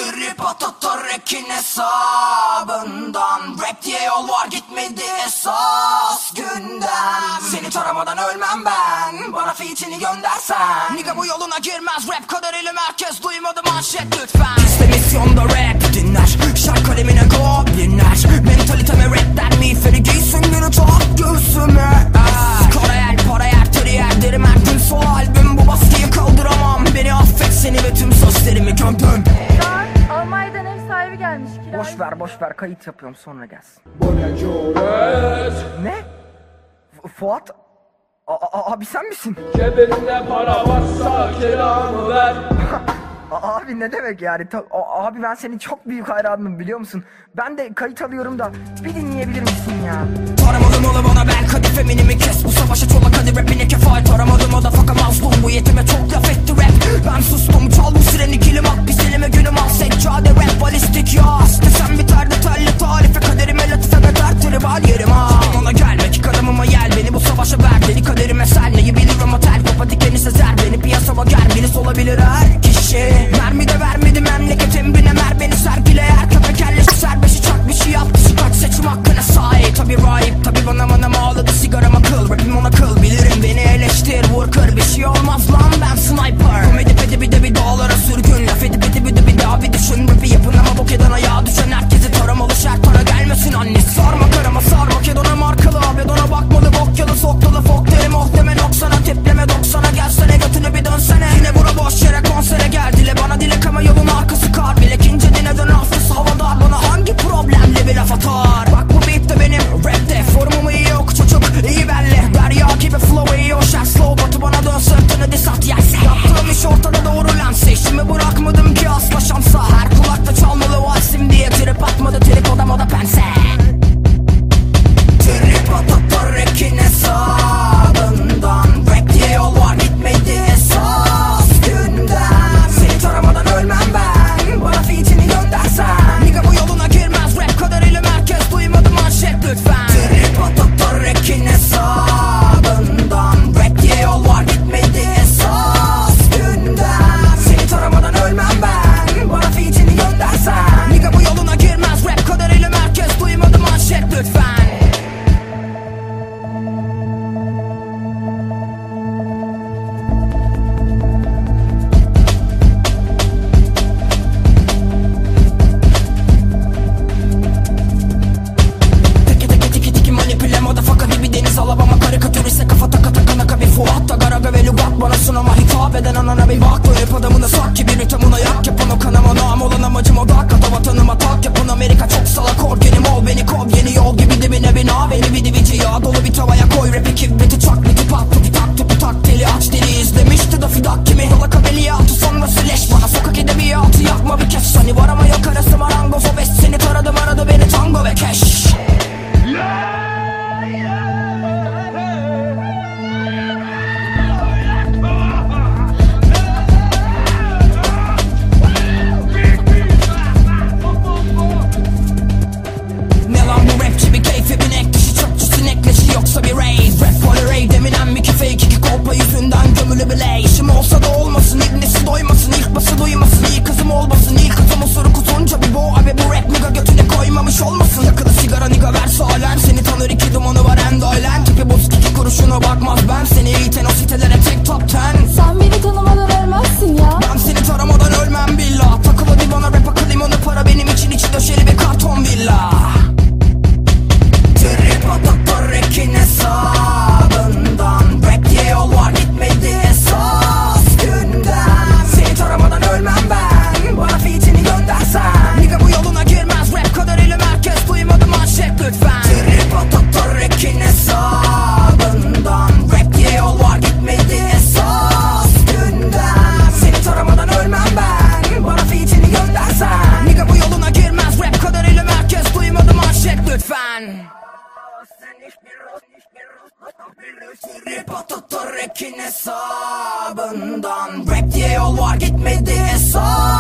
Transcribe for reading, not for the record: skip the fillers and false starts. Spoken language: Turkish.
Trip Atatürk'ün hesabından. Rap diye yol var gitmedi esas gündem. Seni taramadan ölmem ben, bana feat'ini göndersen. Nigga bu yoluna girmez rap kadarıyla merkez duymadı manşet lütfen. İşte misyonda rap dinler, şark kalemine goblinler. Mentaliteme rapten miğferi giysin günü top göğsüme. Skora yer, para yer, tırı yer derim her gün sol albüm. Bu baskıyı kaldıramam, beni affet seni ve tüm sözlerimi gömdüm. Almanya'dan ev sahibi gelmiş kiraya. Boş ver kayıt yapıyorum sonra gelsin. Ne? Fuat? Abi sen misin? Cebinde para varsa kiramı ver. Abi ne demek yani? Abi ben senin çok büyük hayranım biliyor musun? Ben de kayıt alıyorum da bir dinleyebilir misin ya? Taramadım ola bana ben kadife minimi kes. Bu savaşa çolak hadi rapine kefail. Taramadım o da fakat mazlum bu yetime çok laf etti rap. Ben sustum çal bu sireni kilim at. Bir selime günüm al seccade rap balistik yaz. Desem biter de telle tarife kaderime latife bedar tribal yerim ha. Ona gelmek kadımıma yel beni bu savaşa ver. Deli kaderime sen neyi bilirim o tel. Kopa dikeni sezer beni piyasama gel. Birisi olabilir her kişi. Mermi de vermedi memleket emrine mer beni sergile eğer köpek elle serbeşi çak bir şey yaptı kaç seçim hakkına sahip. Tabi rahip tabi bana manama ağladı sigarama kıl rapim ona kıl bilirim beni eleştir vur kır bir şey olmaz lan ben sniper. Komedi pedi bir de bir dağlara sürgün laf edip edip bir daha bir düşün rapi yapın ama bok eden ayağa düşen herkesi taramalı şer para gelmesin annesi. Sarma karama sarma kedona markalı abi dona bakmalı bok yalı soktalı fok derim oh deme noksana tepleme 90'a gelsene götünü bir dönsene. Yine bura boş yere konsere geldiler bana dilek ama yolun arkası kar. Bilek ince dineden hafız havadar bana hangi problemle bir laf atar. Bak bu beat de benim rapte formumu iyi yok çocuk iyi belli. Derya gibi flow iyi o şer slow batı bana dön sırtını disat yerse. Yaptığım iş ortada doğru lense işimi bırakmadım ki asla şansa. Her kulakta çalmalı valsim diye trip atmadı trip odam o da pense. Trip Atatürk'ün hesabından. Rap diye yol var gitmedi esas gündem. Seni taramadan ölmem ben, bana feat'ini göndersen. Nigga bu yoluna girmez rap kadarıyla merkez duymadı manşet lütfen. Trip Atatürk'ün hesabından. Rap diye yol var gitmedi esas gündem. Seni taramadan ölmem ben, bana feat'ini göndersen. Nigga bu yoluna girmez rap kadarıyla merkez duymadı manşet lütfen. Alabama karikatür ise kafa taka taka bir fuat da garaga ve lugat bana sunama hitap eden anana bir bak. Dönüp adamına sak gibi ritamına yak yapan o kanama nam olan amacım o dak kata vatanıma tak yapın Amerika çok salak orgenim ol beni kov yeni yol gibi dibine bina beni bir divici yağ dolu bir tavaya koy rapi kibriti çak biti pat tipi tak deli aç deli izlemişti da fidak kimi yola kabeliyatı sonrası leş bana sokak edebiyatı yakma bir kes hani var ama yok arası marangoz o beş seni taradım aradı beni tango ve keş. Yoksa bir raid rap polyrade deminen bir fake iki kolpa yüzünden gömülü bile. İşim olsa da olmasın ibnesi doymasın ilk bası duymasın iyi kızım olmasın ilk kızım osuruk uzunca bir boğa ve bu rap nigga götüne koymamış olmasın. Yakılı sigara nigga ver salen seni tanır iki dumanı var endoylen tipi bozuk iki kuruşuna bakmaz ben seni eğiten o sitelere tek top 10. Sen beni tanımadan ölmezsin ya. Ben seni taramadan ölmem billah takılı bir bana rap akıl limonlu para benim için içi döşeli bir karton villa. Trip Atatürk'ün hesabından. Rap diye yol var gitmedi esas gündem. Seni taramadan ölmem ben, bana feat'ini göndersen. Nigga bu yoluna girmez rap kadarıyla merkez duymadı manşet lütfen. Trip Atatürk'ün hesabından. Rap diye yol var gitmedi esas gündem. Seni taramadan ölmem ben, bana feat'ini göndersen. Nigga bu yoluna girmez rap kadarıyla merkez duymadı manşet lütfen. Trip Atatürk'ün hesabından. Rap diye yol var gitmedi esas